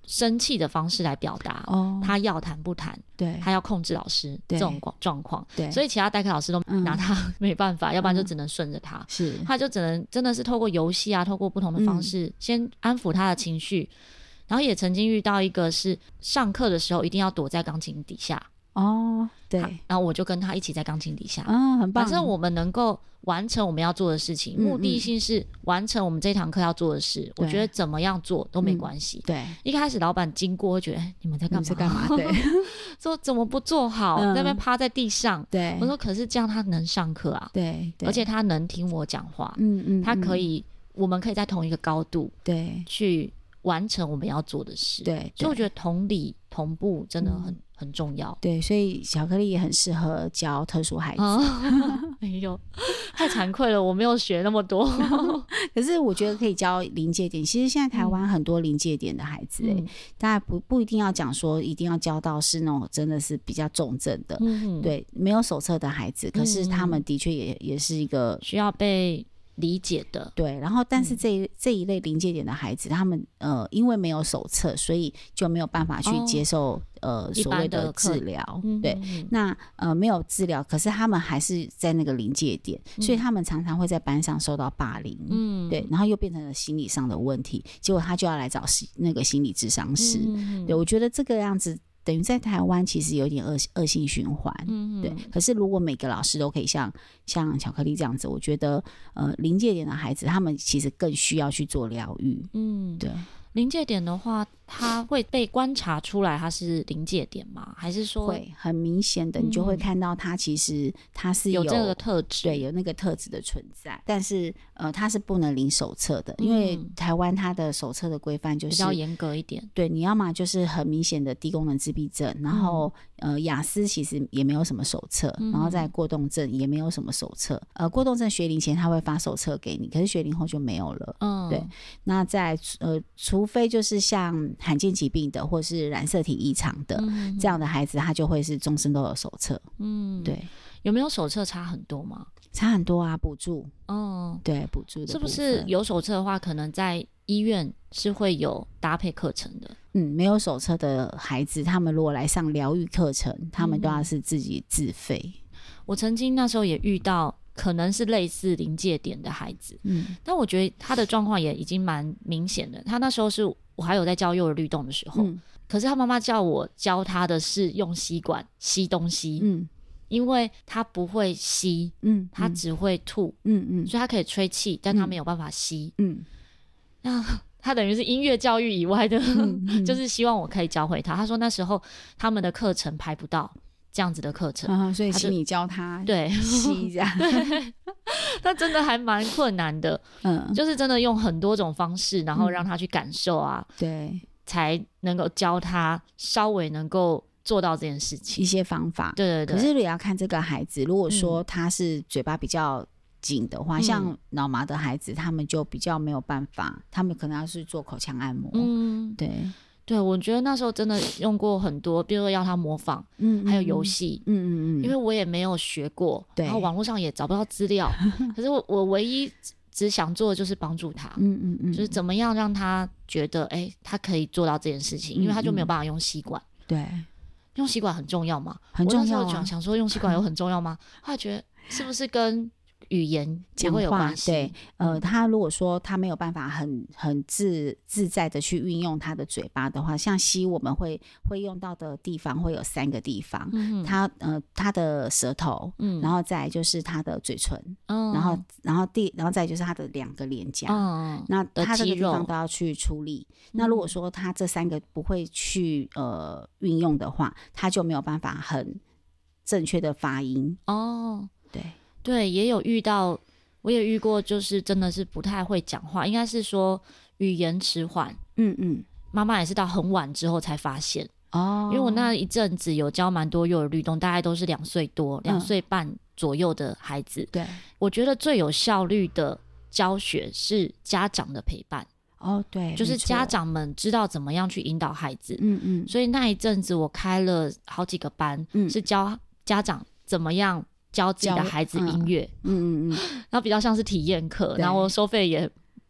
S1: 生气的方式来表达、哦、他要谈不谈，对，他要控制老师这种状况，对，所以其他代课老师都拿他、嗯、没办法，要不然就只能顺着他，是、嗯，他就只能真的是透过游戏啊，透过不同的方式、嗯、先安抚他的情绪，然后也曾经遇到一个是上课的时候一定要躲在钢琴底下哦，对，然后我就跟他一起在钢琴底下，嗯，很棒，反正我们能够完成我们要做的事情、嗯、目的性是完成我们这堂课要做的事、嗯、我觉得怎么样做都没关系、嗯、对，一开始老板经过会觉得、欸、你们在干嘛在干嘛，对说怎么不做好、嗯、在那边趴在地上，对，我说可是这样他能上课啊， 对, 对，而且他能听我讲话，嗯嗯，他可以我们可以在同一个高度对去完成我们要做的事， 对, 对，所以我觉得同理同步真的很、嗯很重要，对，所以巧克力也很适合教特殊孩子。哎呦，太惭愧了，我没有学那么多。可是我觉得可以教临界点。其实现在台湾很多临界点的孩子、欸，嗯，大家不不一定要讲说一定要教到是那种真的是比较重症的，嗯，对，没有手册的孩子，可是他们的确也也是一个需要被理解的，对，然后但是这一、嗯、这一类临界点的孩子，他们呃因为没有手册，所以就没有办法去接受、哦、呃所谓的治疗，嗯、对，那呃没有治疗，可是他们还是在那个临界点、嗯，所以他们常常会在班上受到霸凌，嗯，对，然后又变成了心理上的问题，结果他就要来找那个心理咨商师，嗯，对，我觉得这个样子。等于在台湾其实有点恶恶性循环，嗯，对。可是如果每个老师都可以像像巧克力这样子，我觉得呃临界点的孩子，他们其实更需要去做疗愈，嗯，对。临界点的话，它会被观察出来它是临界点吗？还是说会很明显的，你就会看到它其实它是 有, 有这个特质，对，有那个特质的存在，但是呃它是不能领手册的，因为台湾它的手册的规范就是比较严格一点，对，你要嘛就是很明显的低功能自闭症，然后、嗯、呃雅思其实也没有什么手册、嗯、然后在过动症也没有什么手册，呃过动症学龄前他会发手册给你，可是学龄后就没有了，嗯，对。那在呃除非就是像罕见疾病的或是染色体异常的、嗯、这样的孩子，他就会是终身都有手册，嗯，对。有没有手册差很多吗？差很多啊，补助，哦，对，补助的部分是不是有手册的话，可能在医院是会有搭配课程的？嗯，没有手册的孩子，他们如果来上疗愈课程，他们都要是自己自费、嗯。我曾经那时候也遇到。可能是类似临界点的孩子，嗯，但我觉得他的状况也已经蛮明显的。他那时候是我还有在教幼儿律动的时候、嗯、可是他妈妈叫我教他的是用吸管吸东西，嗯，因为他不会吸，嗯，他只会吐，嗯嗯，所以他可以吹气，但他没有办法吸，嗯，那他等于是音乐教育以外的、嗯嗯、就是希望我可以教会他。他说那时候他们的课程排不到这样子的课程、啊、所以请你教他对吸这样对，那真的还蛮困难的，嗯，就是真的用很多种方式然后让他去感受啊、嗯、对，才能够教他稍微能够做到这件事情，一些方法，对对对。可是也要看这个孩子，如果说他是嘴巴比较紧的话、嗯、像脑麻的孩子他们就比较没有办法，他们可能要是做口腔按摩，嗯，对对，我觉得那时候真的用过很多，比如说要他模仿，嗯，还有游戏，嗯嗯嗯，因为我也没有学过，对，然后网络上也找不到资料，可是我我唯一只想做的就是帮助他，嗯嗯嗯，就是怎么样让他觉得，哎、欸，他可以做到这件事情，因为他就没有办法用吸管，对，用吸管很重要吗？很重要啊。我那时候想说用吸管有很重要吗？后来觉得是不是跟语言也会有关系，对，呃，他如果说他没有办法很很自自在的去运用他的嘴巴的话，像吸我们会会用到的地方会有三个地方，嗯，他呃他的舌头，嗯，然后再来就是他的嘴唇，嗯，然后然后第然后再就是他的两个脸颊，嗯，那他这个地方都要去处理。那如果说他这三个不会去呃运用的话，他就没有办法很正确的发音哦，对。对，也有遇到，我也遇过，就是真的是不太会讲话，应该是说语言迟缓。嗯嗯，妈妈也是到很晚之后才发现哦，因为我那一阵子有教蛮多幼儿律动，大概都是两岁多、两岁半左右的孩子。对，我觉得最有效率的教学是家长的陪伴。哦，对，就是家长们知道怎么样去引导孩子。嗯嗯，所以那一阵子我开了好几个班，嗯，是教家长怎么样教自己的孩子音乐，嗯嗯嗯，然后比较像是体验课，然后收费也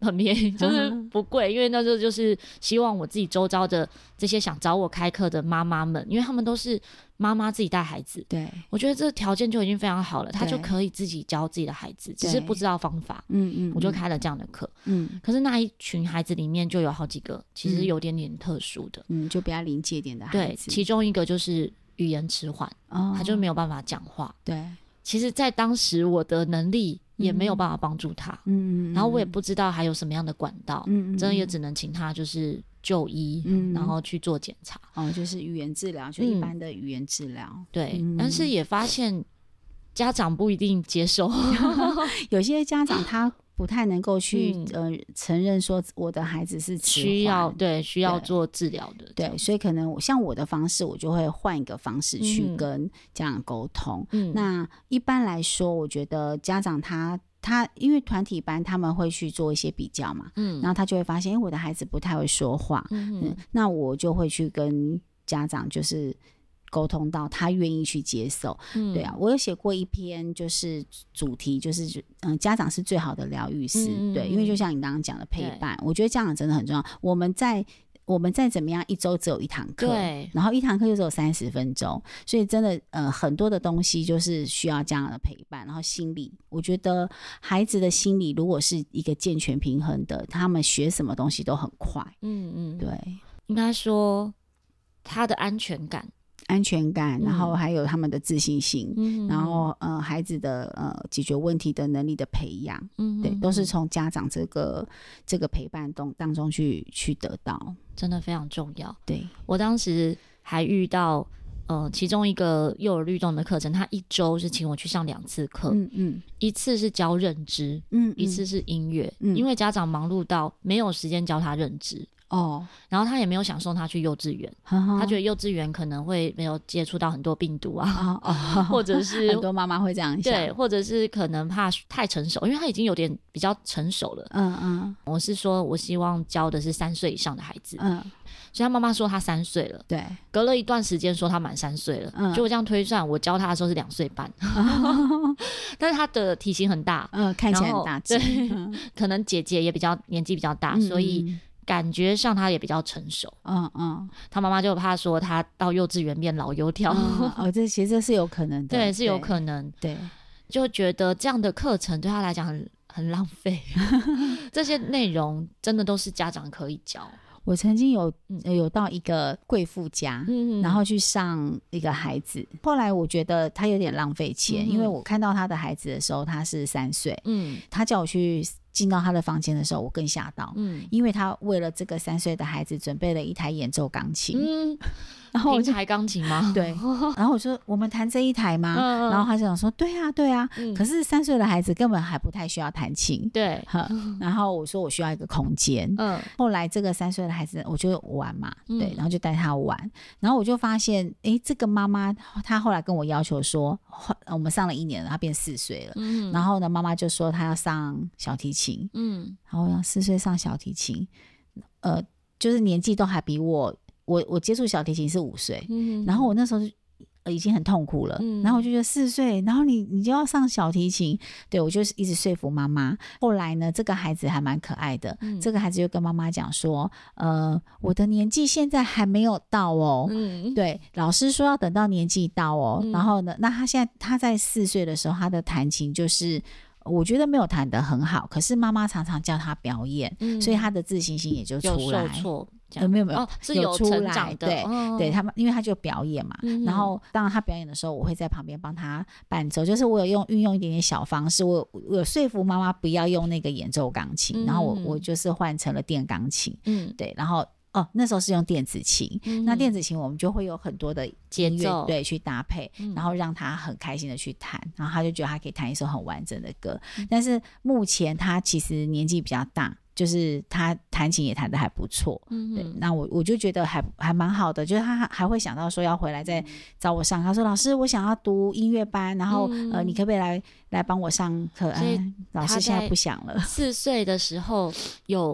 S1: 很便宜，就是不贵，因为那时候就是希望我自己周遭的这些想找我开课的妈妈们，因为他们都是妈妈自己带孩子，
S2: 对，
S1: 我觉得这个条件就已经非常好了，他就可以自己教自己的孩子，只是不知道方法，嗯嗯，我就开了这样的课，嗯，可是那一群孩子里面就有好几个其实有点点特殊的，
S2: 嗯，就比较临界点的孩子，
S1: 对，其中一个就是语言迟缓，哦，他就没有办法讲话，
S2: 对，
S1: 其实在当时我的能力也没有办法帮助他，嗯，然后我也不知道还有什么样的管道，嗯，真的也只能请他就是就医，嗯，然后去做检查，
S2: 哦，就是语言治疗，就一般的语言治疗，
S1: 嗯，对，嗯，但是也发现家长不一定接受，
S2: 有些家长他不太能够去、嗯、呃承认说我的孩子是迟缓，
S1: 需要对需要做治疗的，
S2: 对，所以可能像我的方式，我就会换一个方式去跟家长沟通。嗯，那一般来说，我觉得家长他他因为团体班他们会去做一些比较嘛，嗯，然后他就会发现，哎，我的孩子不太会说话，嗯, 嗯，那我就会去跟家长就是沟通到他愿意去接受，嗯，对啊，我有写过一篇就是主题就是嗯，家长是最好的疗愈师，嗯，对，因为就像你刚刚讲的陪伴，我觉得家长真的很重要。我们在我们再怎么样一周只有一堂课，对，然后一堂课就只有三十分钟，所以真的呃很多的东西就是需要家长的陪伴，然后心理，我觉得孩子的心理如果是一个健全平衡的，他们学什么东西都很快，嗯嗯，对，
S1: 应该说他的安全感。
S2: 安全感，然后还有他们的自信心，嗯，然后呃孩子的呃解决问题的能力的培养，嗯，对，都是从家长这个这个陪伴当当中去去得到，
S1: 真的非常重要。
S2: 对，
S1: 我当时还遇到呃其中一个幼儿律动的课程，他一周是请我去上两次课，嗯嗯，一次是教认知，嗯, 嗯，一次是音乐，嗯，因为家长忙碌到没有时间教他认知。哦，然后他也没有想送他去幼稚园，呵呵，他觉得幼稚园可能会没有接触到很多病毒啊，哦哦，或者是
S2: 很多妈妈会这样想，
S1: 对，或者是可能怕太成熟，因为他已经有点比较成熟了，嗯嗯，我是说我希望教的是三岁以上的孩子，嗯，所以他妈妈说他三岁了，
S2: 对，
S1: 隔了一段时间说他满三岁了，嗯，就我这样推算，我教他的时候是两岁半，嗯，但是他的体型很大，
S2: 嗯，看起来很大只，
S1: 对，嗯，可能姐姐也比较年纪比较大，嗯，所以感觉上他也比较成熟，嗯嗯，他妈妈就怕说他到幼稚园变老油条，
S2: 嗯，哦，这其实这是有可能的，
S1: 对，是有可能，
S2: 对，
S1: 就觉得这样的课程对他来讲很很浪费，这些内容真的都是家长可以教。
S2: 我曾经有有到一个贵妇家，嗯，然后去上一个孩子，后来我觉得他有点浪费钱，嗯，因为我看到他的孩子的时候他是三岁，嗯，他叫我去进到他的房间的时候我更吓到，嗯，因为他为了这个三岁的孩子准备了一台演奏钢琴，嗯，然后
S1: 一台钢琴吗？
S2: 对，然后我说我们弹这一台吗？嗯，然后他就想说对啊对啊，嗯，可是三岁的孩子根本还不太需要弹琴，
S1: 对，
S2: 然后我说我需要一个空间，嗯，后来这个三岁的孩子我就玩嘛，嗯，对，然后就带他玩，然后我就发现哎，这个妈妈她后来跟我要求说我们上了一年了，她变四岁了，嗯，然后呢妈妈就说她要上小提琴，嗯，然后让四岁上小提琴，呃，就是年纪都还比我我我接触小提琴是五岁，嗯，然后我那时候已经很痛苦了，嗯，然后我就觉得四岁，然后你你就要上小提琴，对，我就一直说服妈妈。后来呢，这个孩子还蛮可爱的，嗯，这个孩子就跟妈妈讲说，呃，我的年纪现在还没有到哦，嗯，对，老师说要等到年纪到哦，嗯，然后呢，那他现在他在四岁的时候，他的弹琴就是我觉得没有弹得很好，可是妈妈常常叫他表演，嗯，所以他的自信心也就出来，
S1: 有受挫。
S2: 呃、没有没有、
S1: 哦、是有成长的，
S2: 对、哦、对，他们因为他就表演嘛、嗯、然后当然他表演的时候我会在旁边帮他伴奏，就是我有用运用一点点小方式，我 有, 我有说服妈妈不要用那个演奏钢琴、嗯、然后我我就是换成了电钢琴，嗯，对，然后哦，那时候是用电子琴、嗯、那电子琴我们就会有很多的
S1: 节奏，
S2: 对，去搭配、嗯、然后让他很开心的去弹，然后他就觉得他可以弹一首很完整的歌、嗯、但是目前他其实年纪比较大，就是他弹琴也弹得还不错，嗯，对，那我我就觉得还还蛮好的，就是他还会想到说要回来再找我上，他说老师我想要读音乐班，然后、嗯、呃你可不可以来来帮我上课，哎，老师现在不想了。
S1: 四岁的时候有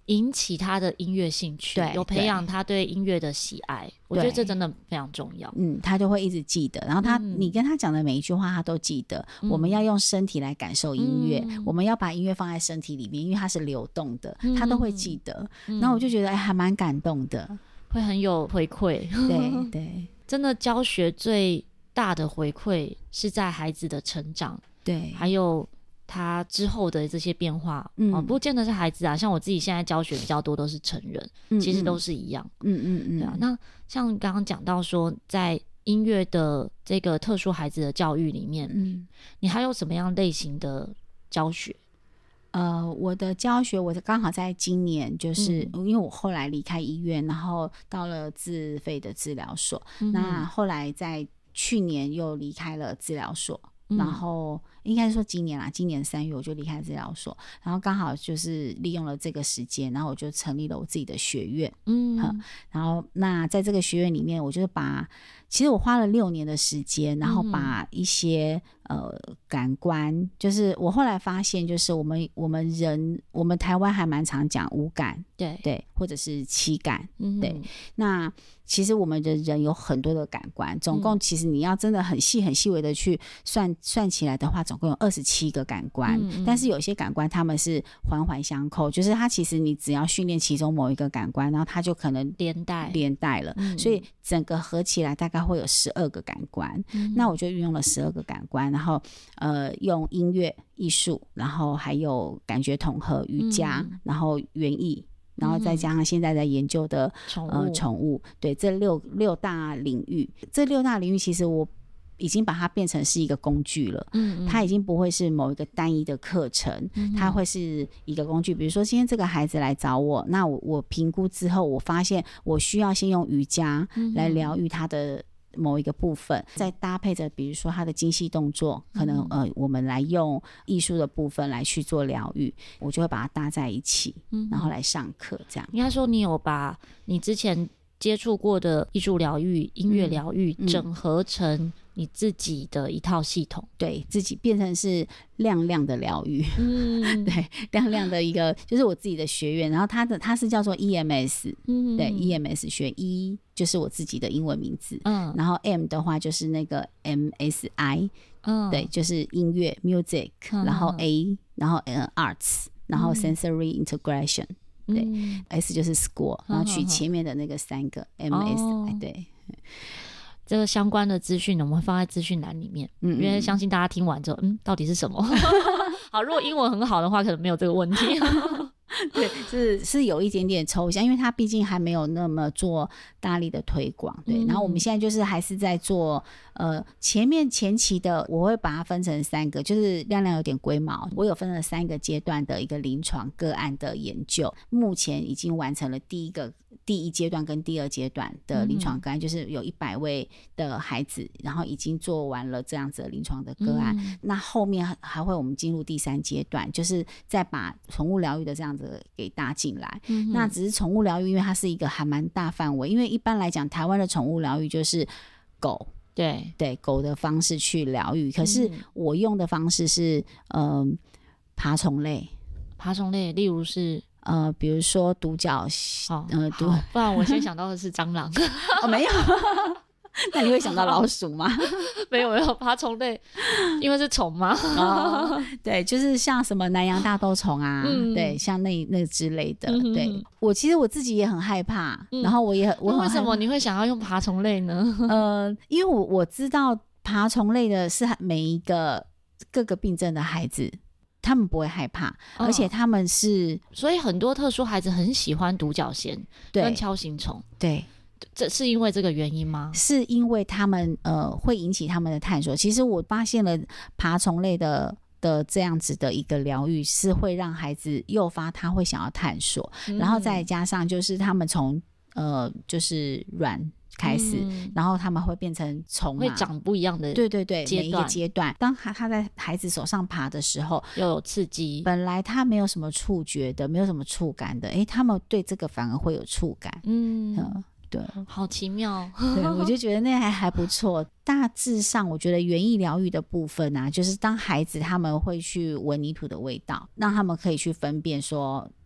S1: 引起他的音乐兴趣，有培养他对音乐的喜爱，我觉得这真的非常重要。
S2: 嗯，他就会一直记得，然后他、嗯、你跟他讲的每一句话他都记得、嗯、我们要用身体来感受音乐、嗯、我们要把音乐放在身体里面，因为它是流动的、嗯、他都会记得、嗯、然后我就觉得哎，还蛮感动的，
S1: 会很有回馈。
S2: 对对，真
S1: 的教学最大的回馈是在孩子的成长，
S2: 对，
S1: 还有他之后的这些变化、嗯哦、不见得是孩子啊，像我自己现在教学比较多都是成人、嗯、其实都是一样。
S2: 嗯嗯嗯，
S1: 对啊。那像刚刚讲到说在音乐的这个特殊孩子的教育里面、嗯、你还有什么样类型的教学？
S2: 呃，我的教学我刚好在今年就是、嗯、因为我后来离开医院，然后到了自费的治疗所、嗯、那后来在去年又离开了治疗所，然后应该说今年啦，今年三月我就离开治疗所，然后刚好就是利用了这个时间，然后我就成立了我自己的学院。嗯，然后那在这个学院里面，我就是把其实我花了六年的时间，然后把一些、嗯、呃感官，就是我后来发现，就是我们我们人，我们台湾还蛮常讲五感，
S1: 对
S2: 对，或者是七感，嗯、对。那其实我们的人有很多的感官，总共其实你要真的很细很细微的去算算起来的话，总共有二十七个感官、嗯嗯、但是有些感官他们是环环相扣，就是它其实你只要训练其中某一个感官，然后它就可能
S1: 连带
S2: 连带了、嗯、所以整个合起来大概会有十二个感官、嗯、那我就运用了十二个感官，然后呃用音乐艺术，然后还有感觉统合瑜伽、嗯、然后园艺，然后再加上现在在研究的宠物、呃、宠物，对，这六六大领域，这六大领域其实我已经把它变成是一个工具了，嗯嗯，它已经不会是某一个单一的课程、嗯、它会是一个工具。比如说今天这个孩子来找我，那我我评估之后，我发现我需要先用瑜伽来疗愈他的某一个部分、嗯、再搭配着比如说他的精细动作，可能、嗯、呃我们来用艺术的部分来去做疗愈，我就会把它搭在一起、嗯、然后来上课。这样应
S1: 该说你有把你之前接触过的艺术疗愈、音乐疗愈、嗯、整合成你自己的一套系统，
S2: 对，自己变成是亮亮的疗愈，嗯，对，亮亮的一个就是我自己的学院，然后它的它是叫做 E M S， 嗯，对 ，E M S 学 E 就是我自己的英文名字，嗯，然后 M 的话就是那个 M S I， 嗯，对，就是音乐 music，、嗯、然后 A， 然后、呃、arts， 然后 sensory integration，、嗯、对、嗯、，S 就是 school， 然后取前面的那个三个、嗯、M S I，、哦、对。
S1: 这个相关的资讯呢，我们会放在资讯栏里面，嗯嗯，因为相信大家听完之后，嗯，到底是什么？好，如果英文很好的话，可能没有这个问题。
S2: 对，是是有一点点抽象，因为它毕竟还没有那么做大力的推广，对。嗯、然后我们现在就是还是在做，呃，前面前期的，我会把它分成三个，就是亮亮有点龟毛，我有分了三个阶段的一个临床个案的研究，目前已经完成了第一个第一阶段跟第二阶段的临床个案，嗯、就是有一百位的孩子，然后已经做完了这样子的临床的个案。嗯、那后面还会我们进入第三阶段，就是再把宠物疗愈的这样子给搭进来、嗯、那只是宠物疗愈因为它是一个还蛮大范围，因为一般来讲台湾的宠物疗愈就是狗，
S1: 对
S2: 对，狗的方式去疗愈，可是我用的方式是嗯、呃、爬虫类
S1: 爬虫类例如是
S2: 呃比如说独角
S1: 哦、呃独不然我先想到的是蟑螂
S2: 哦没有那你会想到老鼠吗？
S1: 没有没有，爬虫类因为是虫嘛、
S2: 哦、对，就是像什么南洋大兜虫啊、嗯、对，像那那之类的、嗯、对，我其实我自己也很害怕、嗯、然后我也我很
S1: 为什么你会想要用爬虫类呢？
S2: 呃，因为我我知道爬虫类的是每一个各个病症的孩子他们不会害怕、哦、而且他们是
S1: 所以很多特殊孩子很喜欢独角仙跟锹形虫，
S2: 对，
S1: 这是因为这个原因吗？
S2: 是因为他们呃会引起他们的探索。其实我发现了爬虫类的的这样子的一个疗愈是会让孩子诱发他会想要探索、嗯、然后再加上就是他们从呃就是软开始、嗯、然后他们会变成虫、啊、
S1: 会长不一样的
S2: 对对对每一个阶段，当他他在孩子手上爬的时候
S1: 又有刺激，
S2: 本来他没有什么触觉的没有什么触感的，诶他们对这个反而会有触感，嗯、呃对，
S1: 好奇妙。
S2: 对，我就觉得那还还不错。大致上我觉得园艺疗愈的部分啊，就是当孩子他们会去闻泥土的味道，让他们可以去分辨说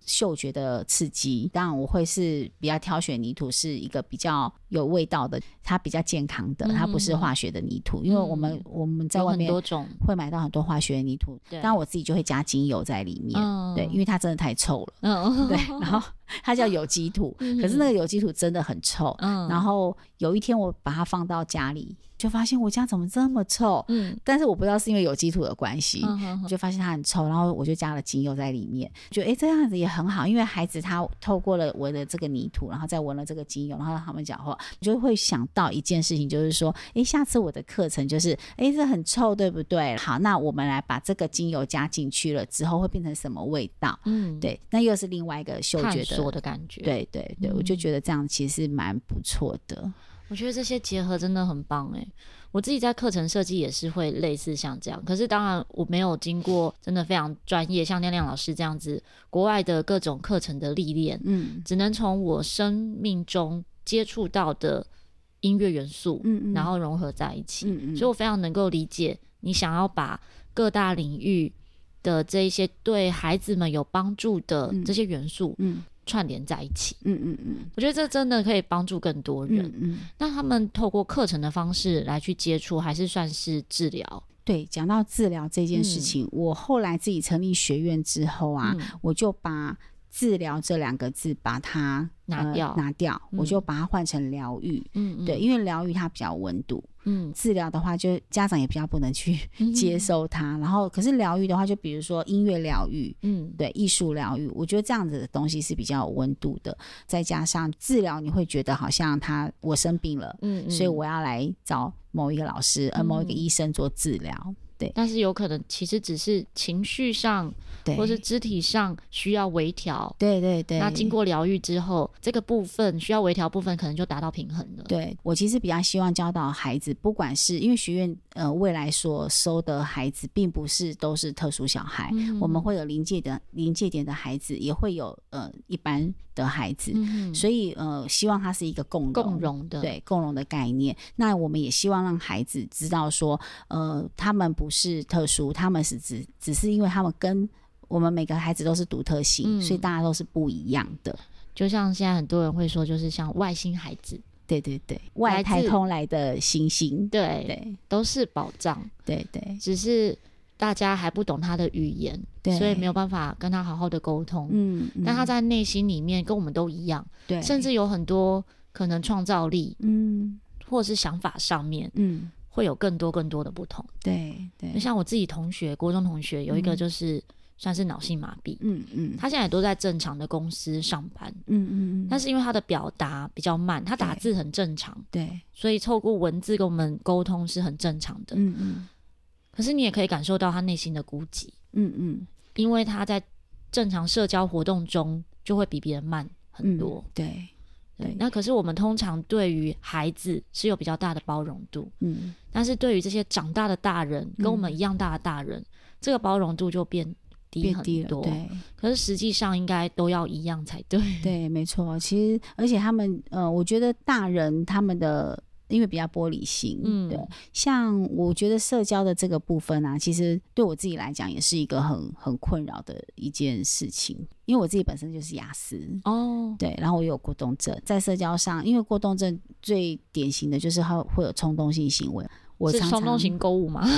S2: 嗅觉的刺激。当然我会是比较挑选泥土是一个比较有味道的，它比较健康的，它不是化学的泥土、嗯、因为我们我们在外面会买到很多化学的泥土，当然我自己就会加精油在里面、嗯、对，因为它真的太臭了、嗯、对，然后它叫有机土、嗯、可是那个有机土真的很臭、嗯、然后有一天我把它放到家里，就发现我家怎么这么臭、嗯、但是我不知道是因为有机土的关系、嗯、就发现它很臭，然后我就加了精油在里面，觉得哎这样子也很好，因为孩子他透过了闻了这个泥土，然后再闻了这个精油，然后让他们讲话，就会想到一件事情，就是说哎下次我的课程就是哎这很臭对不对，好，那我们来把这个精油加进去了之后会变成什么味道，嗯，对，那又是另外一个嗅觉的
S1: 探索的感觉，
S2: 对对对、嗯、我就觉得这样其实蛮不错的。
S1: 我觉得这些结合真的很棒耶，我自己在课程设计也是会类似像这样，可是当然我没有经过真的非常专业像亮亮老师这样子国外的各种课程的历练，嗯，只能从我生命中接触到的音乐元素，嗯嗯，然后融合在一起，嗯嗯，所以我非常能够理解你想要把各大领域的这一些对孩子们有帮助的这些元素，嗯嗯串联在一起，嗯嗯嗯，我觉得这真的可以帮助更多人。嗯嗯，那他们透过课程的方式来去接触，还是算是治疗？
S2: 对，讲到治疗这件事情、嗯，我后来自己成立学院之后啊，嗯、我就把治疗这两个字把它
S1: 拿掉，
S2: 呃、拿掉、嗯，我就把它换成疗愈。嗯嗯，对，因为疗愈它比较温度。嗯，治疗的话就家长也比较不能去接受它、嗯、然后可是疗愈的话就比如说音乐疗愈，嗯，对，艺术疗愈，我觉得这样子的东西是比较有温度的，再加上治疗你会觉得好像他我生病了，嗯，所以我要来找某一个老师、嗯、呃某一个医生做治疗，对，
S1: 但是有可能其实只是情绪上或是肢体上需要微调，
S2: 对对对，
S1: 那经过疗愈之后这个部分需要微调部分可能就达到平衡了。
S2: 对，我其实比较希望教导孩子，不管是因为学院呃未来所收的孩子并不是都是特殊小孩、嗯、我们会有临界的临界点的孩子，也会有呃一般的孩子、嗯、所以呃希望它是一个共融
S1: 共融的，
S2: 对，共融的概念。那我们也希望让孩子知道说呃他们不是特殊，他们是只只是因为他们跟我们每个孩子都是独特性、嗯、所以大家都是不一样的，
S1: 就像现在很多人会说就是像外星孩子，
S2: 对对对，外太空来的星星，
S1: 对对，都是宝藏，
S2: 对对，
S1: 只是大家还不懂他的语言，所以没有办法跟他好好的沟通，嗯，但他在内心里面跟我们都一样，对，甚至有很多可能创造力，嗯，或者是想法上面，嗯，会有更多更多的不同，
S2: 对对，
S1: 像我自己同学国中同学有一个就是、嗯算是脑性麻痹，嗯嗯，他现在也都在正常的公司上班，嗯嗯，但是因为他的表达比较慢，他打字很正常，对，所以透过文字跟我们沟通是很正常的，嗯嗯，可是你也可以感受到他内心的孤寂，嗯嗯，因为他在正常社交活动中就会比别人慢很多，嗯、对对，那可是我们通常对于孩子是有比较大的包容度，嗯，但是对于这些长大的大人，跟我们一样大的大人，嗯、这个包容度就变低很多，对，可是实际上应该都要一样才对。
S2: 对，没错。其实，而且他们，呃，我觉得大人他们的因为比较玻璃心，嗯，对。像我觉得社交的这个部分啊，其实对我自己来讲也是一个很很困扰的一件事情，因为我自己本身就是亚斯哦，对，然后我有过动症，在社交上，因为过动症最典型的就是它会有冲动性行为，我常常
S1: 是冲动型购物吗？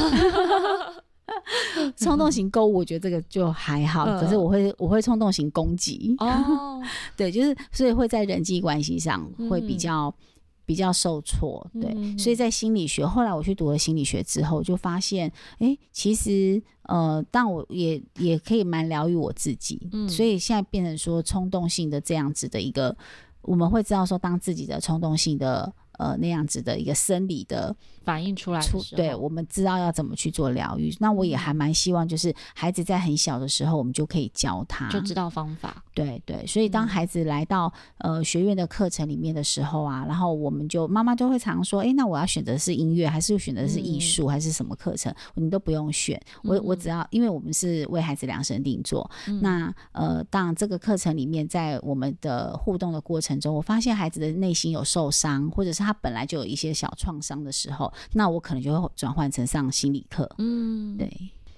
S2: 冲动型购物我觉得这个就还好、嗯、可是我会我会冲动型攻击哦，对，就是所以会在人际关系上会比较、嗯、比较受挫，对、嗯、所以在心理学后来我去读了心理学之后就发现哎，其实呃，但我也也可以蛮疗愈我自己、嗯、所以现在变成说冲动性的这样子的一个，我们会知道说当自己的冲动性的呃那样子的一个生理的
S1: 反映出来的时候，
S2: 对，我们知道要怎么去做疗愈。那我也还蛮希望就是孩子在很小的时候我们就可以教他，
S1: 就知道方法，
S2: 对对，所以当孩子来到、嗯、呃学院的课程里面的时候啊，然后我们就妈妈就会常说哎，那我要选择是音乐还是选择是艺术、嗯、还是什么课程，你都不用选，我我只要因为我们是为孩子量身定做、嗯、那呃当这个课程里面在我们的互动的过程中，我发现孩子的内心有受伤，或者是他本来就有一些小创伤的时候，那我可能就会转换成上心理课，嗯，对，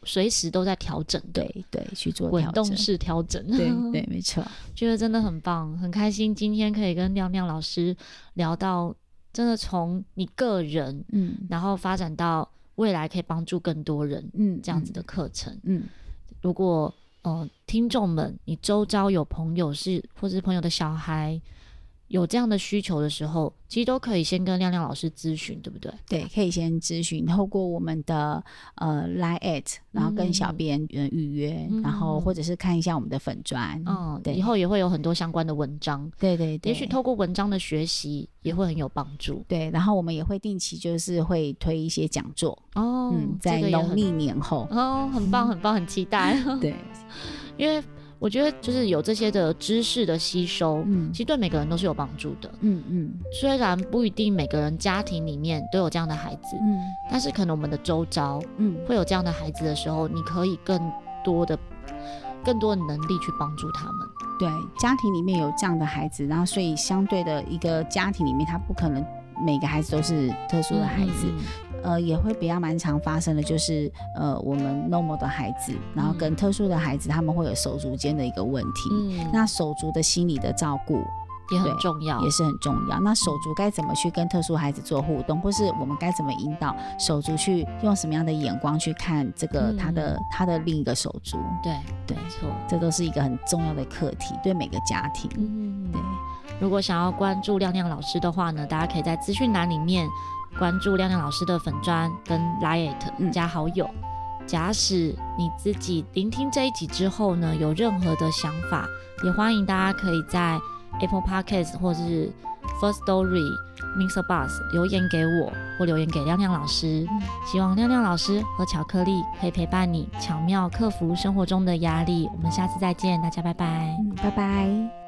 S1: 随时都在调整的，
S2: 对对，去做
S1: 滚动式调整，
S2: 对对，没错，
S1: 觉得真的很棒，很开心今天可以跟亮亮老师聊到，真的从你个人，嗯，然后发展到未来可以帮助更多人，嗯，这样子的课程，嗯，如果呃听众们，你周遭有朋友是或者是朋友的小孩有这样的需求的时候，其实都可以先跟亮亮老师咨询，对不对？
S2: 对，可以先咨询，透过我们的呃 Line at， 然后跟小编预约，嗯、然后或者是看一下我们的粉专，
S1: 嗯，对，以后也会有很多相关的文章，
S2: 对对对，
S1: 也许透过文章的学习也会很有帮助。
S2: 对，然后我们也会定期就是会推一些讲座哦，嗯，在农历年后
S1: 哦，很棒很棒，很期待。
S2: 对，
S1: 因为我觉得就是有这些的知识的吸收，嗯，其实对每个人都是有帮助的，嗯嗯。虽然不一定每个人家庭里面都有这样的孩子，嗯，但是可能我们的周遭，嗯，会有这样的孩子的时候，你可以更多的、更多的能力去帮助他们。
S2: 对，家庭里面有这样的孩子，然后所以相对的一个家庭里面，他不可能每个孩子都是特殊的孩子。嗯嗯嗯呃，也会比较蛮常发生的，就是呃，我们 normal 的孩子，然后跟特殊的孩子，他们会有手足间的一个问题。嗯，那手足的心理的照顾
S1: 也很重要，
S2: 也是很重要。那手足该怎么去跟特殊孩子做互动，或是我们该怎么引导手足去用什么样的眼光去看这个他的、嗯、他的另一个手足？
S1: 对对，没错，
S2: 这都是一个很重要的课题，对每个家庭。嗯，对。
S1: 如果想要关注亮亮老师的话呢，大家可以在资讯栏里面关注亮亮老师的粉专跟 Line 加好友、嗯、假使你自己聆听这一集之后呢，有任何的想法，也欢迎大家可以在 Apple Podcast 或是 First Story、Mixer Bus 留言给我，或留言给亮亮老师、嗯、希望亮亮老师和巧克力可以陪伴你巧妙克服生活中的压力。我们下次再见，大家拜拜、
S2: 嗯、拜拜。